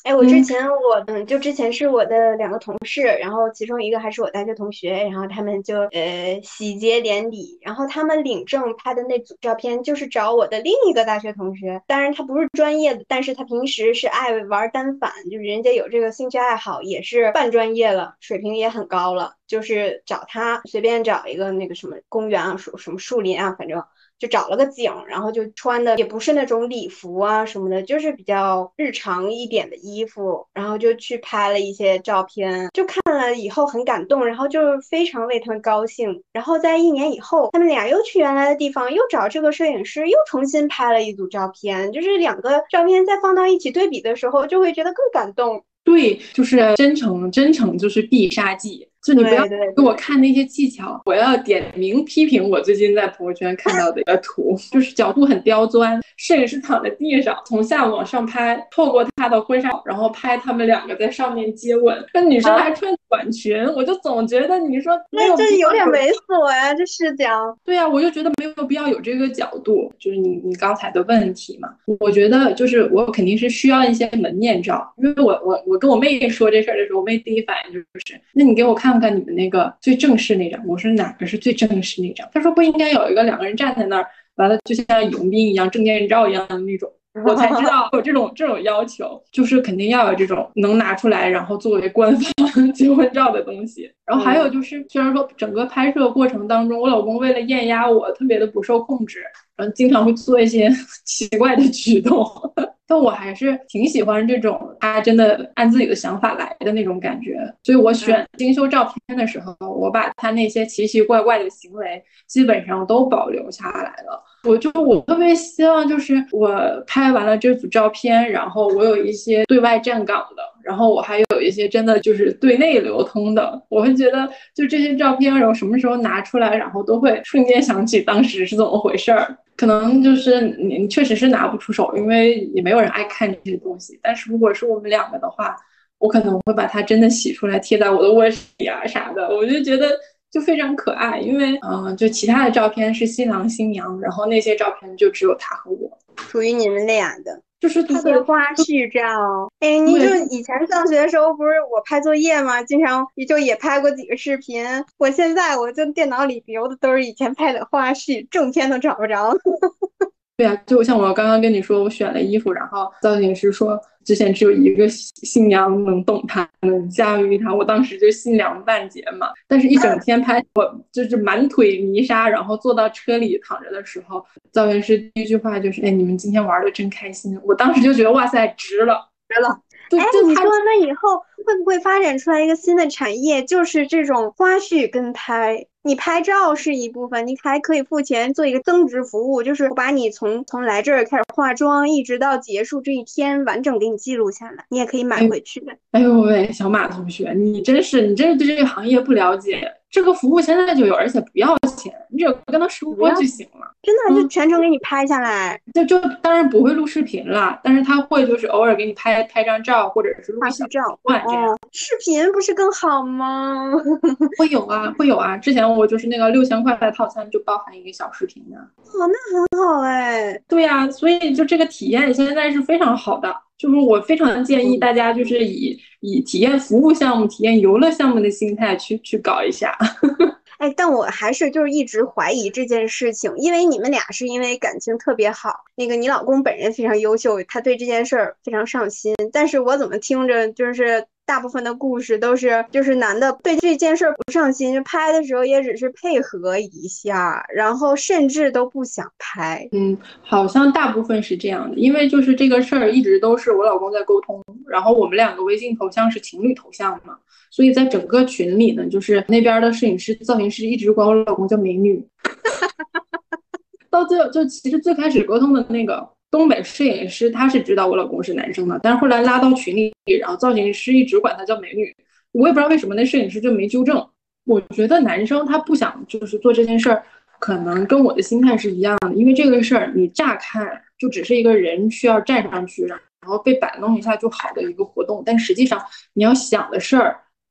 哎，我之前是我的两个同事，然后其中一个还是我大学同学，然后他们就喜结连理，然后他们领证拍的那组照片就是找我的另一个大学同学，当然他不是专业的，但是他平时是爱玩单反，就是人家有这个兴趣爱好，也是半专业了，水平也很高了，就是找他随便找一个那个什么公园啊，什么树林啊，反正。就找了个景，然后就穿的也不是那种礼服啊什么的，就是比较日常一点的衣服，然后就去拍了一些照片，就看了以后很感动，然后就非常为他们高兴。然后在1年以后，他们俩又去原来的地方，又找这个摄影师，又重新拍了一组照片，就是两个照片再放到一起对比的时候，就会觉得更感动。 对，就是真诚，真诚就是必杀技。就你不要给我看那些技巧，我要点名批评我最近在朋友圈看到的一个图，就是角度很刁钻，摄影师躺在地上，从下往上拍，透过他的婚纱，然后拍他们两个在上面接吻，那女生还穿短裙，我就总觉得你说没有， 这有点猥琐呀，这视角。 对呀，我就觉得没有必要有这个角度，就是你刚才的问题嘛，我觉得就是我肯定是需要一些门面照，因为我跟我妹说这事儿的时候，我妹第一反应就是，那你给我看看你们那个最正式那张，我说哪个是最正式那张？她说不应该有一个两个人站在那儿，完了就像迎宾一样证件照一样的那种。我才知道有这种要求，就是肯定要有这种能拿出来，然后作为官方结婚照的东西。然后还有就是，虽然说整个拍摄过程当中，我老公为了艳压我，特别的不受控制，然后经常会做一些奇怪的举动。但我还是挺喜欢这种他真的按自己的想法来的那种感觉，所以我选精修照片的时候，我把他那些奇奇怪怪的行为基本上都保留下来了。我特别希望就是我拍完了这组照片，然后我有一些对外站岗的，然后我还有一些真的就是对内流通的，我会觉得就这些照片，然后什么时候拿出来，然后都会瞬间想起当时是怎么回事儿。可能就是你确实是拿不出手，因为也没有人爱看这些东西。但是如果是我们两个的话，我可能会把它真的洗出来贴在我的卧室里啊啥的，我就觉得就非常可爱。因为就其他的照片是新郎新娘，然后那些照片就只有他和我， 属于你们俩的。 就是一些花絮照。哎，你就以前上学的时候，不是我拍作业吗？经常也拍过几个视频。我现在就电脑里留的都是以前拍的花絮，正片都找不着。 对啊，就像我刚刚跟你说，我选了衣服，然后造型师说之前只有一个新娘能懂她，能驾驭她，我当时就心凉半截嘛。但是一整天拍，我就是满腿泥沙，然后坐到车里躺着的时候，造型师第一句话就是：“哎，你们今天玩的真开心。”我当时就觉得哇塞，值了， 值了。哎，你说那以后会不会发展出来一个新的产业，就是这种花絮跟拍？你拍照是一部分，你还可以付钱做一个增值服务，就是把你从来这儿开始化妆，一直到结束这一天完整给你记录下来，你也可以买回去。 哎呦喂，小马同学，你真是对这个行业不了解。这个服务现在就有，而且不要钱，你只要跟他说就行了。 真的就全程给你拍下来， 就当然不会录视频了，但是他会就是偶尔给你拍张照，或者是录小照这样。 视频不是更好吗？ 会有啊，会有啊。之前我就是那个6000块的套餐就包含一个小视频的。 哦，那很好哎。 对呀，所以就这个体验现在是非常好的。就是我非常建议大家就是以体验服务项目、体验游乐项目的心态去搞一下。 哎，但我还是就是一直怀疑这件事情，因为你们俩是因为感情特别好，那个你老公本人非常优秀，他对这件事儿非常上心，但是我怎么听着就是大部分的故事都是就是男的对这件事儿不上心，拍的时候也只是配合一下，然后甚至都不想拍。 好像大部分是这样的，因为就是这个事儿一直都是我老公在沟通，然后我们两个微信头像是情侣头像嘛，所以在整个群里呢，就是那边的摄影师、造型师一直管我老公叫美女。到最后就其实最开始沟通的那个东北摄影师他是知道我老公是男生的，但是后来拉到群里，然后造型师一直管他叫美女，我也不知道为什么那摄影师就没纠正。我觉得男生他不想就是做这件事儿，可能跟我的心态是一样的，因为这个事儿你乍看就只是一个人需要站上去，然后被摆弄一下就好的一个活动，但实际上你要想的事儿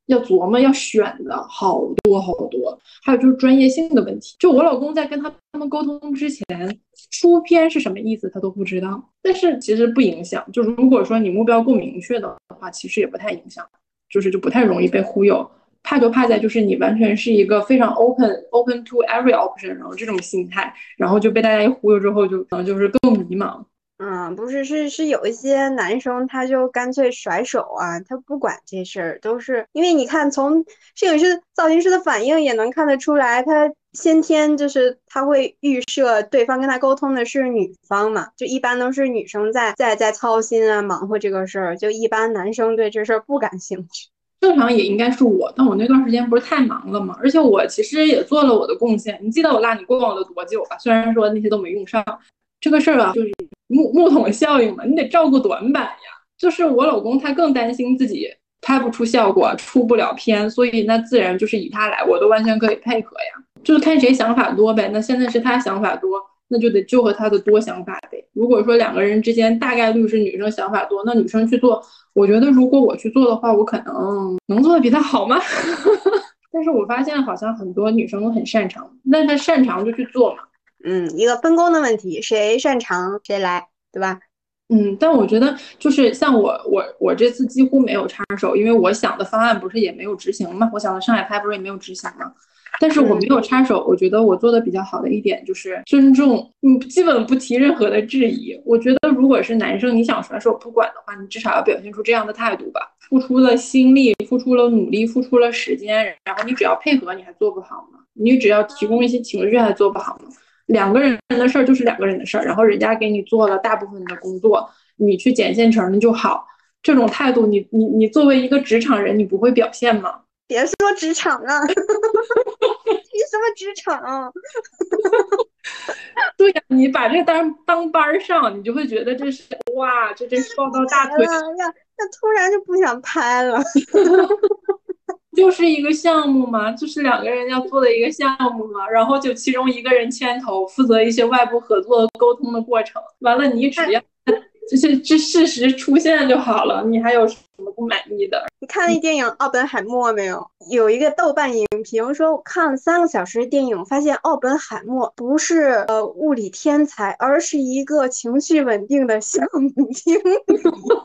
要琢磨要选的好多好多，还有就是专业性的问题。就我老公在跟他们沟通之前，出片是什么意思他都不知道，但是其实不影响。就如果说你目标够明确的话，其实也不太影响，就不太容易被忽悠。怕就怕在就是你完全是一个非常 open to every option， 然后这种心态，然后就被大家一忽悠之后，就可能就是更迷茫。 不是，是有一些男生他就干脆甩手啊，他不管这事儿，都是因为你看从摄影师、造型师的反应也能看得出来，他先天就是他会预设对方跟他沟通的是女方嘛，就一般都是女生在操心啊忙活这个事儿，就一般男生对这事儿不感兴趣。 正常也应该是我，但我那段时间不是太忙了嘛，而且我其实也做了我的贡献。你记得我拉你逛了多久吧？虽然说那些都没用上，这个事儿吧，就是木桶效应嘛，你得照顾短板呀。就是我老公他更担心自己拍不出效果，出不了片，所以那自然就是以他来，我都完全可以配合呀，就是看谁想法多呗。那现在是他想法多，那就得就和他的多想法呗。如果说两个人之间大概率是女生想法多，那女生去做，我觉得如果我去做的话，我可能做的比他好吗？但是我发现好像很多女生都很擅长，那她擅长就去做嘛。 一个分工的问题，谁擅长谁来，对吧？ 但我觉得就是像我这次几乎没有插手，因为我想的方案不是也没有执行嘛，我想的上海拍不是也没有执行嘛，但是我没有插手，我觉得我做的比较好的一点就是尊重，基本不提任何的质疑。我觉得如果是男生你想甩手不管的话，你至少要表现出这样的态度吧，付出了心力，付出了努力，付出了时间，然后你只要配合，你还做不好吗？你只要提供一些情绪还做不好吗？两个人的事儿就是两个人的事儿，然后人家给你做了大部分的工作，你去捡现成的就好。这种态度你作为一个职场人，你不会表现吗？ 别说职场啊，提什么职场啊？ 对呀，你把这当班上，你就会觉得这是哇，这真是抱到大腿。 那突然就不想拍了。 就是一个项目嘛，就是两个人要做的一个项目嘛，然后就其中一个人牵头负责一些外部合作沟通的过程，完了你只要就是这事实出现就好了，你还有什么不满意的？ 你看那电影《奥本海默》没有？有一个豆瓣影评说，我看了3个小时的电影，发现奥本海默不是物理天才，而是一个情绪稳定的项目经理。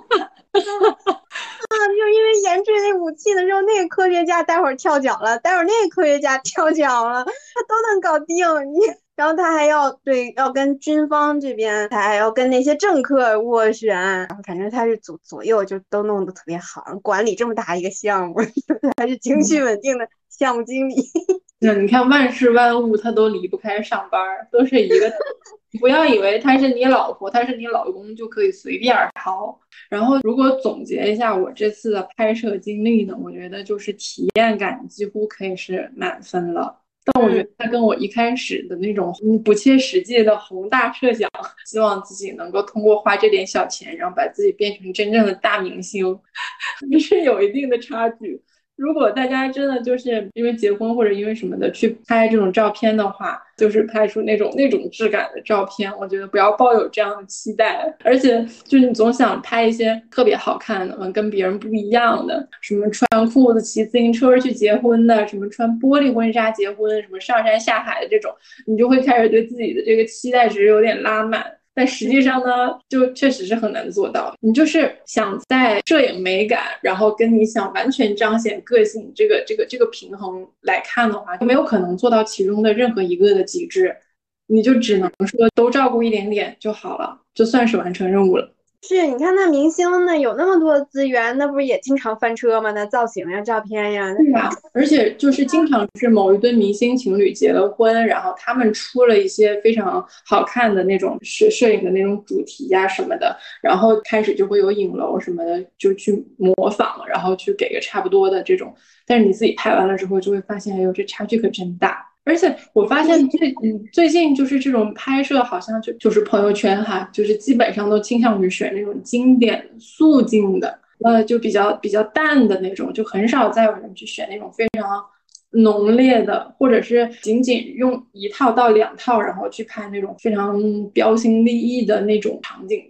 就因为研制那武器的时候，那个科学家待会儿跳脚了，待会儿那个科学家跳脚了，他都能搞定你。然后他还要跟军方这边，他还要跟那些政客斡旋，反正他是左右就都弄得特别好，管理这么大一个项目，还是情绪稳定的项目经理。 那你看万事万物，他都离不开上班，都是一个。不要以为他是你老婆，他是你老公就可以随便薅。然后，如果总结一下我这次的拍摄经历呢，我觉得就是体验感几乎可以是满分了。但我觉得他跟我一开始的那种不切实际的宏大设想，希望自己能够通过花这点小钱，然后把自己变成真正的大明星，还是有一定的差距。如果大家真的就是因为结婚或者因为什么的去拍这种照片的话，就是拍出那种质感的照片，我觉得不要抱有这样的期待。而且就你总想拍一些特别好看的，跟别人不一样的，什么穿裤子骑自行车去结婚的，什么穿玻璃婚纱结婚，什么上山下海的这种，你就会开始对自己的这个期待值有点拉满。但实际上呢，就确实是很难做到。你就是想在摄影美感，然后跟你想完全彰显个性这个平衡来看的话，就没有可能做到其中的任何一个的极致，你就只能说都照顾一点点就好了，就算是完成任务了。 是，你看那明星呢，有那么多资源，那不是也经常翻车吗？那造型呀、照片呀， 对呀，而且就是经常是某一对明星情侣结了婚，然后他们出了一些非常好看的那种摄影的那种主题呀什么的，然后开始就会有影楼什么的就去模仿，然后去给个差不多的这种，但是你自己拍完了之后就会发现，哎呦，这差距可真大。而且我发现最近就是这种拍摄好像就是朋友圈哈，就是基本上都倾向于选那种经典素净的，就比较淡的那种，就很少再有人去选那种非常浓烈的，或者是仅仅用1套到2套，然后去拍那种非常标新立异的那种场景的。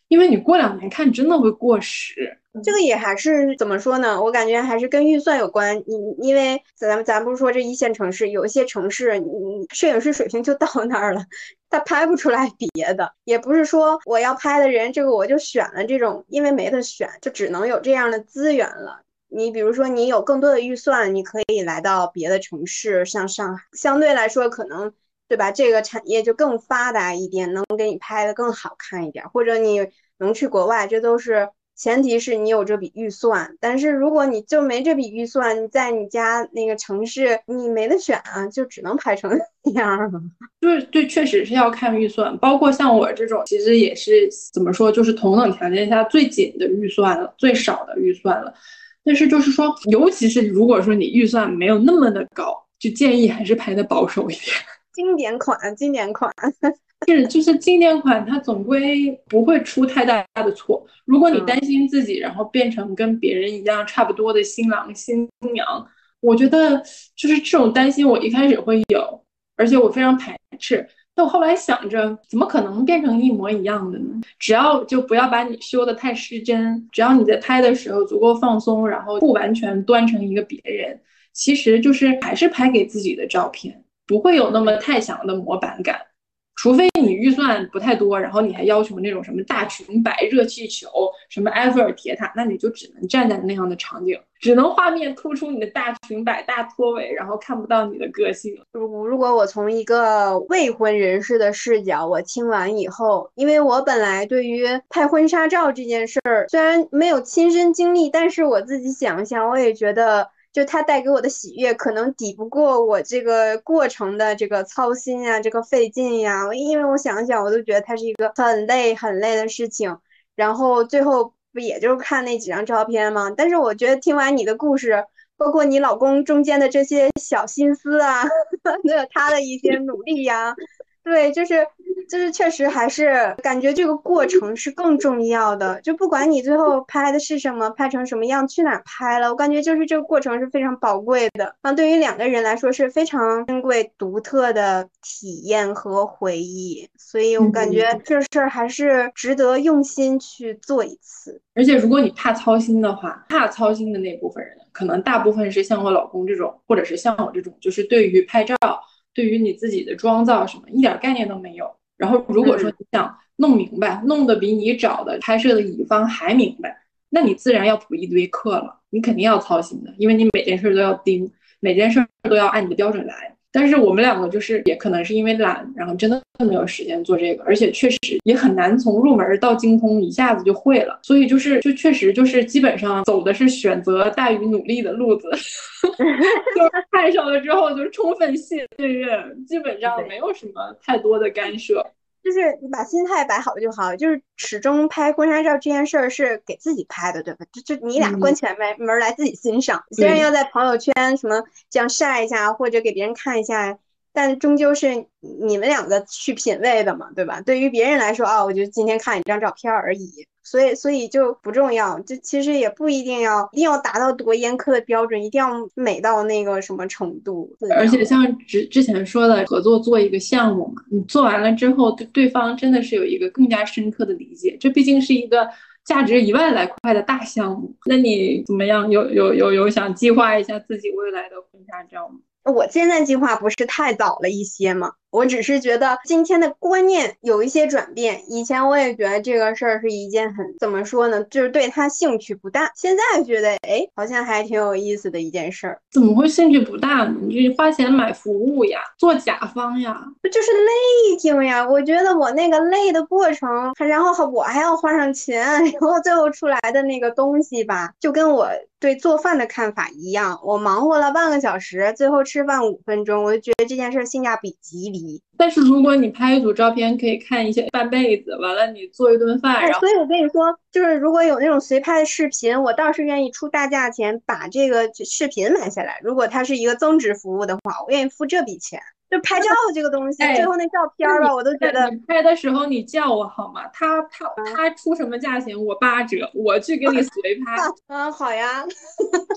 因为你过2年看真的会过时。 这个也还是怎么说呢？我感觉还是跟预算有关。因为咱不是说这一线城市，有一些城市你摄影师水平就到那儿了，他拍不出来别的。也不是说我要拍的人，这个我就选了这种，因为没得选，就只能有这样的资源了。你比如说，你有更多的预算，你可以来到别的城市，像上海，相对来说可能，对吧？这个产业就更发达一点，能给你拍的更好看一点，或者你能去国外，这都是前提是你有这笔预算。但是如果你就没这笔预算，你在你家那个城市，你没得选啊，就只能拍成那样了。 对，确实是要看预算，包括像我这种，其实也是怎么说，就是同等条件下最紧的预算了，最少的预算了。但是就是说，尤其是如果说你预算没有那么的高，就建议还是拍的保守一点。 经典款，经典款。 就是经典款，它总归不会出太大的错。如果你担心自己，然后变成跟别人一样差不多的新郎新娘，我觉得就是这种担心，我一开始会有，而且我非常排斥。但我后来想着，怎么可能变成一模一样的呢？只要就不要把你修得太失真，只要你在拍的时候足够放松，然后不完全端成一个别人，其实就是还是拍给自己的照片，不会有那么太强的模板感。除非你预算不太多，然后你还要求那种什么大裙摆、热气球、什么埃菲尔铁塔，那你就只能站在那样的场景，只能画面突出你的大裙摆、大拖尾，然后看不到你的个性。 如果我从一个未婚人士的视角，我听完以后，因为我本来对于拍婚纱照这件事儿，虽然没有亲身经历，但是我自己想想，我也觉得。就它带给我的喜悦，可能抵不过我这个过程的这个操心呀，这个费劲呀。因为我想想，我都觉得它是一个很累很累的事情。然后最后不也就是看那几张照片吗？但是我觉得听完你的故事，包括你老公中间的这些小心思啊，他的一些努力呀，对，就是确实还是感觉这个过程是更重要的。就不管你最后拍的是什么，拍成什么样，去哪儿拍了，我感觉就是这个过程是非常宝贵的啊，对于两个人来说是非常珍贵、独特的体验和回忆。所以我感觉这事儿还是值得用心去做一次。 而且如果你怕操心的话，怕操心的那部分人，可能大部分是像我老公这种，或者是像我这种，就是对于拍照，对于你自己的妆造什么一点概念都没有。然后如果说你想弄明白，弄得比你找的拍摄的乙方还明白，那你自然要补一堆课了，你肯定要操心的，因为你每件事都要盯，每件事都要按你的标准来。但是我们两个就是也可能是因为懒，然后真的没有时间做这个，而且确实也很难从入门到精通一下子就会了，所以就确实就是基本上走的是选择大于努力的路子，就是看上了之后就充分信任，基本上没有什么太多的干涉。 就是你把心态摆好就好，就是始终拍婚纱照这件事儿是给自己拍的，对吧？就你俩关起来门来自己欣赏，虽然要在朋友圈什么这样晒一下或者给别人看一下，但终究是你们两个去品味的嘛，对吧？对于别人来说，我就今天看一张照片而已。所以就不重要，这其实也不一定要达到多严苛的标准，一定要美到那个什么程度。 而且像之前说的合作做一个项目嘛，你做完了之后，对方真的是有一个更加深刻的理解。这毕竟是一个价值1万来块的大项目。那你怎么样？有想计划一下自己未来的婚纱照吗？ 我现在计划不是太早了一些吗？我只是觉得今天的观念有一些转变。以前我也觉得这个事儿是一件怎么说呢，就是对他兴趣不大。现在觉得，好像还挺有意思的一件事儿。 怎么会兴趣不大呢？你花钱买服务呀，做甲方呀， 不就是累挺呀？我觉得我那个累的过程，然后我还要花上钱，然后最后出来的那个东西吧，就跟我对做饭的看法一样。我忙活了半个小时，最后吃饭5分钟，我就觉得这件事性价比极低。 但是如果你拍一组照片，可以看一些半辈子，完了你做一顿饭，然后所以我跟你说，就是如果有那种随拍的视频，我倒是愿意出大价钱把这个视频买下来。如果它是一个增值服务的话，我愿意付这笔钱。就拍照这个东西，最后那照片吧，我都觉得你拍的时候你叫我好吗？他出什么价钱我8折，我去给你随拍。 好呀。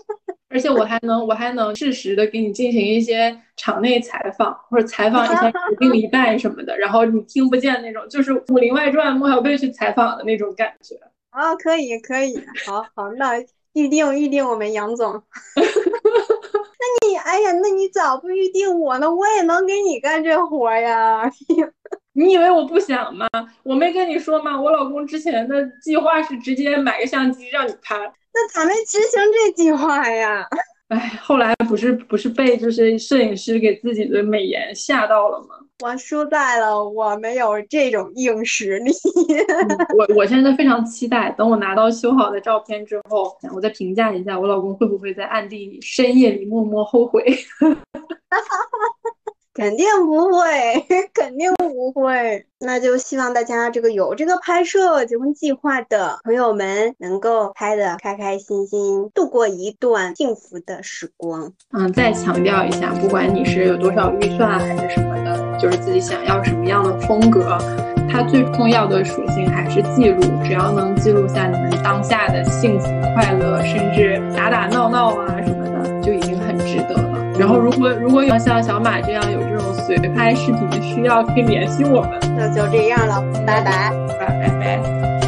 而且我还能适时的给你进行一些场内采访，或者采访一下另一半什么的，然后你听不见那种，就是《武林外传》莫小贝去采访的那种感觉。 啊，可以可以，好好，那预定我们杨总。哎呀，那你早不预定我呢？我也能给你干这活呀。 你以为我不想吗？我没跟你说吗？我老公之前的计划是直接买个相机让你拍。 那咋没执行这计划呀？ 哎，后来不是被就是摄影师给自己的美颜吓到了吗？ 我输在了我没有这种硬实力。 我现在非常期待，等我拿到修好的照片之后，我再评价一下我老公会不会在暗地里深夜里默默后悔。 肯定不会，肯定不会。那就希望大家有这个拍摄结婚计划的朋友们，能够拍得开开心心，度过一段幸福的时光。 再强调一下，不管你是有多少预算还是什么的，就是自己想要什么样的风格，它最重要的属性还是记录。只要能记录下你们当下的幸福快乐，甚至打打闹闹啊什么的，就已经很值得了。然后如果有像小马这样有这种随拍视频的需要，可以联系我们。 那就这样了，拜拜。 拜拜。